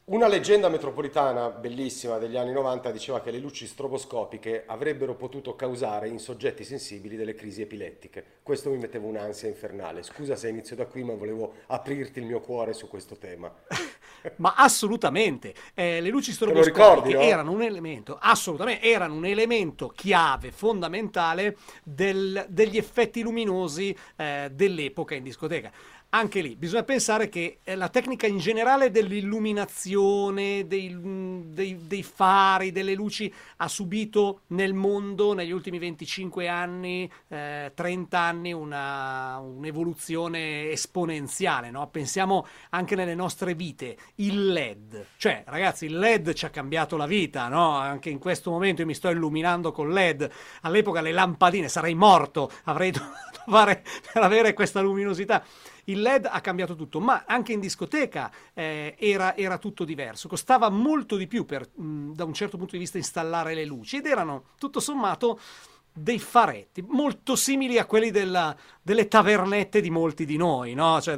Una leggenda metropolitana bellissima degli anni 90 diceva che le luci stroboscopiche avrebbero potuto causare in soggetti sensibili delle crisi epilettiche. Questo mi metteva un'ansia infernale. Scusa se inizio da qui, ma volevo aprirti il mio cuore su questo tema. Ma assolutamente, le luci Te lo ricordi, stroboscopiche no? erano un elemento, assolutamente, erano un elemento chiave, fondamentale degli effetti luminosi dell'epoca in discoteca. Anche lì bisogna pensare che la tecnica in generale dell'illuminazione, dei fari, delle luci ha subito nel mondo negli ultimi 25 anni, 30 anni un'evoluzione esponenziale, no? Pensiamo anche nelle nostre vite, il LED, cioè ragazzi il LED ci ha cambiato la vita, no? Anche in questo momento io mi sto illuminando col LED, all'epoca le lampadine, sarei morto, avrei dovuto fare per avere questa luminosità. Il LED ha cambiato tutto, ma anche in discoteca era tutto diverso. Costava molto di più da un certo punto di vista installare le luci ed erano tutto sommato dei faretti molto simili a quelli delle tavernette di molti di noi, no? Cioè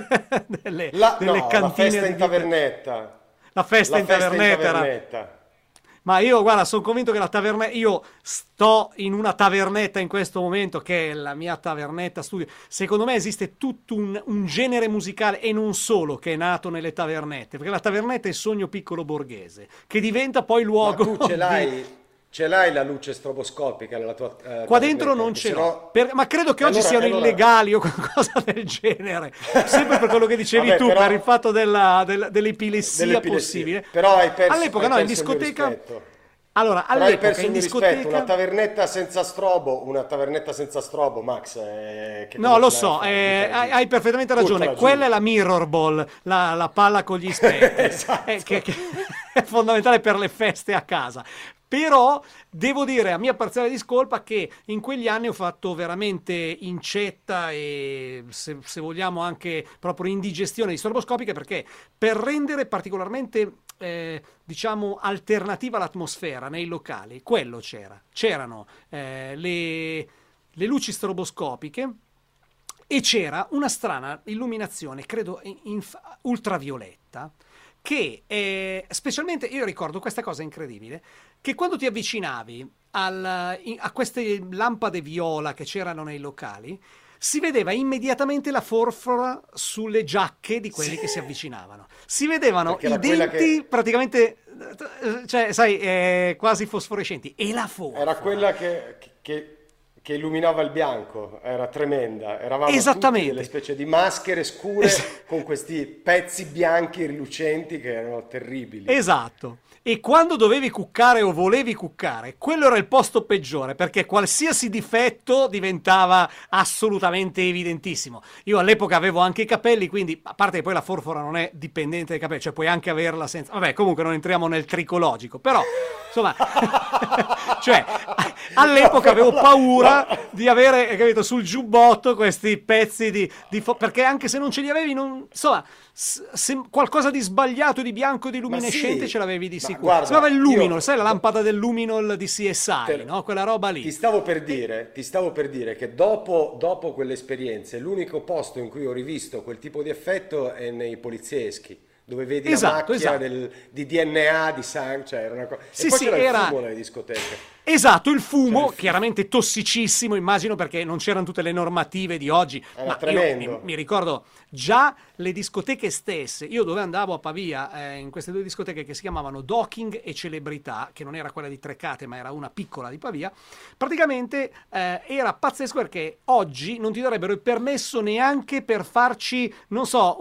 delle No, la cantine festa in tavernetta. la festa La in festa in tavernetta era. tavernetta. Ma io, guarda, sono convinto che la tavernetta. Io sto in una tavernetta in questo momento, che è la mia tavernetta studio. Secondo me esiste tutto un genere musicale, e non solo, che è nato nelle tavernette. Perché la tavernetta è il sogno piccolo borghese, che diventa poi Ma luogo tu ce di. l'hai, ce l'hai la luce stroboscopica nella tua Qua dentro tavernetta? non Perché ce se l'ho, no... ma credo che E oggi allora, siano e allora... illegali o qualcosa del genere. Sempre per quello che dicevi Vabbè, tu, per il però... fatto dell'epilessia Dell'epilessia. possibile. Però All'epoca, hai no, in perso il mio discoteca. rispetto. Allora, Però hai all'epoca perso il in mio rispetto. discoteca. Una tavernetta senza strobo, Max, che No, cosa lo ce l'hai a so, fare? hai perfettamente ragione. Buttala Quella giù. è la mirror ball, la palla con gli specchi, Esatto. che è fondamentale per le feste a casa. Però devo dire, a mia parziale discolpa, che in quegli anni ho fatto veramente incetta e, se vogliamo, anche proprio indigestione di stroboscopiche, perché per rendere particolarmente, diciamo, alternativa l'atmosfera nei locali, quello c'era. C'erano le luci stroboscopiche e c'era una strana illuminazione, credo ultravioletta, che specialmente io ricordo questa cosa incredibile, che quando ti avvicinavi a queste lampade viola che c'erano nei locali, si vedeva immediatamente la forfora sulle giacche di quelli Sì, che si avvicinavano. Si vedevano perché i era quella denti che... praticamente, cioè, sai, quasi fosforescenti. E la Era forfora. quella che illuminava il bianco, era tremenda. Eravamo tutti delle Esattamente. specie di maschere Es- scure con questi pezzi bianchi rilucenti che erano terribili. Esatto. E quando dovevi cuccare o volevi cuccare, quello era il posto peggiore, perché qualsiasi difetto diventava assolutamente evidentissimo. Io all'epoca avevo anche i capelli, quindi, a parte che poi la forfora non è dipendente dai capelli, cioè puoi anche averla senza. Vabbè, comunque non entriamo nel tricologico, però insomma, cioè, No, all'epoca però avevo paura di avere, capito, sul giubbotto questi pezzi perché anche se non ce li avevi, non, insomma, se qualcosa di sbagliato, di bianco, di ma luminescente ce sì, l'avevi di ma sicuro. Sembrava il guarda, luminol, sai la lampada del luminol di CSI, te- no? Quella roba ti lì. ti stavo per dire che dopo quelle esperienze, l'unico posto in cui ho rivisto quel tipo di effetto è nei polizieschi, dove vedi la Esatto, macchia esatto. di DNA, di sangue, cioè era una cosa... E Sì, poi sì, c'era il era. fumo nelle discoteche. Esatto, il C'era fumo, chiaramente tossicissimo, immagino, perché non c'erano tutte le normative di oggi, Era ma io tremendo. mi ricordo già le discoteche stesse. Io dove andavo a Pavia, in queste due discoteche che si chiamavano Docking e Celebrità, che non era quella di Trecate, ma era una piccola di Pavia, praticamente era pazzesco, perché oggi non ti darebbero il permesso neanche per farci, non so,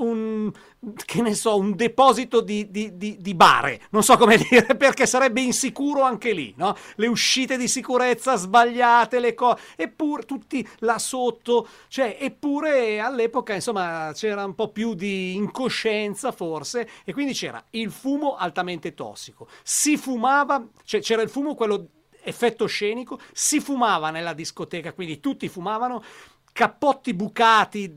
che ne so, un deposito di bare, non so come dire, perché sarebbe insicuro anche lì, no? Le uscite di sicurezza sbagliate, le cose, eppure tutti là sotto, cioè, eppure all'epoca, insomma, c'era un po' più di incoscienza forse, e quindi c'era il fumo altamente tossico, si fumava, cioè c'era il fumo, quello effetto scenico, si fumava nella discoteca, quindi tutti fumavano, cappotti bucati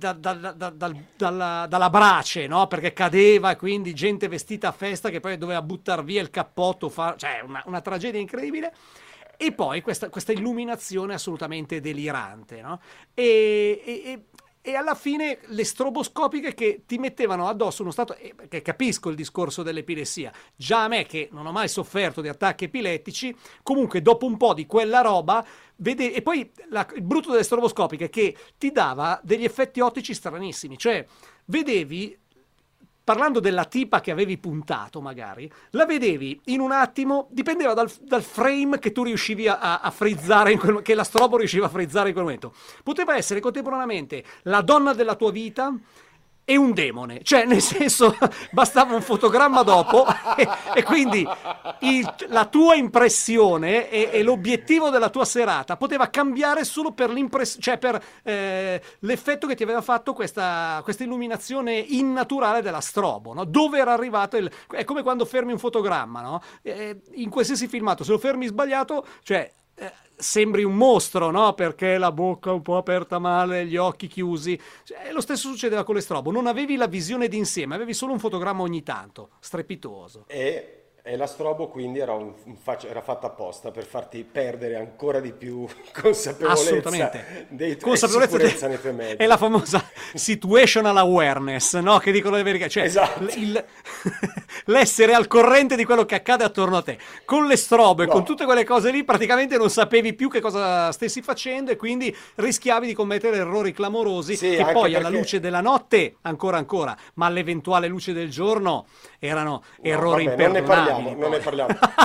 dalla brace, no? Perché cadeva, e quindi gente vestita a festa che poi doveva buttare via il cappotto, cioè una tragedia incredibile. E poi questa illuminazione assolutamente delirante, no? E e alla fine le stroboscopiche che ti mettevano addosso uno stato, che capisco il discorso dell'epilessia, già a me che non ho mai sofferto di attacchi epilettici, comunque dopo un po' di quella roba, e poi il brutto delle stroboscopiche è che ti dava degli effetti ottici stranissimi, cioè vedevi, parlando della tipa che avevi puntato magari, la vedevi in un attimo, dipendeva dal frame che tu riuscivi a frizzare, che la strobo riusciva a frizzare in quel momento. Poteva essere contemporaneamente la donna della tua vita e un demone, cioè nel senso bastava un fotogramma dopo e quindi la tua impressione e l'obiettivo della tua serata poteva cambiare solo per cioè per l'effetto che ti aveva fatto questa illuminazione innaturale della strobo, no? Dove era arrivato è come quando fermi un fotogramma, no? In qualsiasi filmato, se lo fermi sbagliato, cioè sembri un mostro, no? Perché la bocca un po' aperta male, gli occhi chiusi. Cioè, lo stesso succedeva con le strobo. Non avevi la visione d'insieme, avevi solo un fotogramma ogni tanto, strepitoso. E la strobo quindi era fatta apposta per farti perdere ancora di più consapevolezza Assolutamente. e Consapevolezza sicurezza nei tuoi mezzi. è la famosa situational awareness, no? Che dicono le verità. Cioè, Esatto. l'essere al corrente di quello che accade attorno a te. Con le strobe, No. con tutte quelle cose lì, praticamente non sapevi più che cosa stessi facendo e quindi rischiavi di commettere errori clamorosi Sì, che anche poi alla perché- luce della notte, ancora, ma all'eventuale luce del giorno, erano errori Vabbè, non ne imperdonabili. parliamo, non ne poi. parliamo. E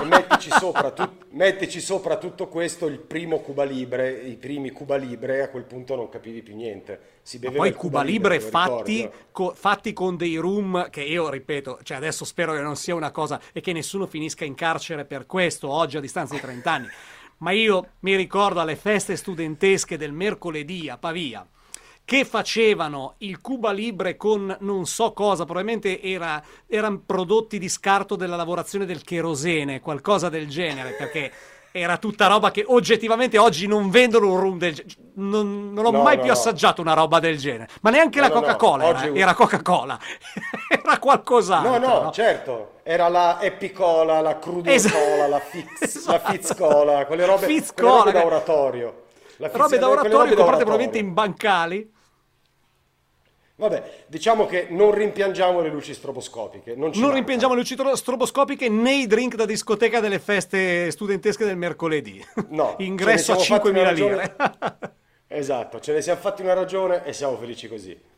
mettici sopra tutto questo il primo Cuba Libre, i primi Cuba Libre, a quel punto non capivi più niente. Si beveva Poi il Cuba Libre te lo ricordi, no? fatti con dei room che io ripeto, cioè adesso spero che non sia una cosa e che nessuno finisca in carcere per questo oggi a distanza di 30 anni. Ma io mi ricordo alle feste studentesche del mercoledì a Pavia che facevano il Cuba Libre con non so cosa, probabilmente erano prodotti di scarto della lavorazione del cherosene, qualcosa del genere, perché era tutta roba che oggettivamente oggi non vendono un rum del genere. Non ho No, mai no, più no. assaggiato una roba del genere, ma neanche la No, no, no. Coca-Cola Oggi- era Coca-Cola, era qualcos'altro. No, no, no? certo, era la Happy Cola, la Crudo Cola, la Fizz Cola, quelle robe, Fizz quelle robe Cola, da che- oratorio. robe da quelle oratorio robe da comprate oratorio. probabilmente in bancali. Vabbè, diciamo che non rimpiangiamo le luci stroboscopiche. Non ci Non mancano. rimpiangiamo le luci stroboscopiche né i drink da discoteca delle feste studentesche del mercoledì. No, Ingresso a ce ne siamo fatti 5.000 una lire. Esatto, ce ne siamo fatti una ragione e siamo felici così.